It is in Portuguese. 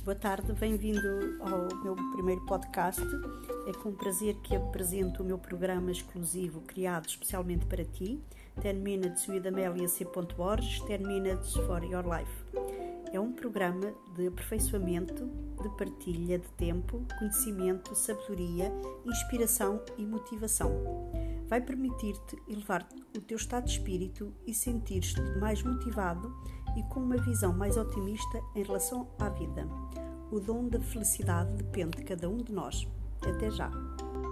Boa tarde, bem-vindo ao meu primeiro podcast. É com prazer que apresento o meu programa exclusivo criado especialmente para ti, 10 Minutes with Amélia C. Borges, 10 Minutes for Your Life. É um programa de aperfeiçoamento, de partilha de tempo, conhecimento, sabedoria, inspiração e motivação. Vai permitir-te elevar o teu estado de espírito e sentir-te mais motivado e com uma visão mais otimista em relação à vida. O dom da felicidade depende de cada um de nós. Até já!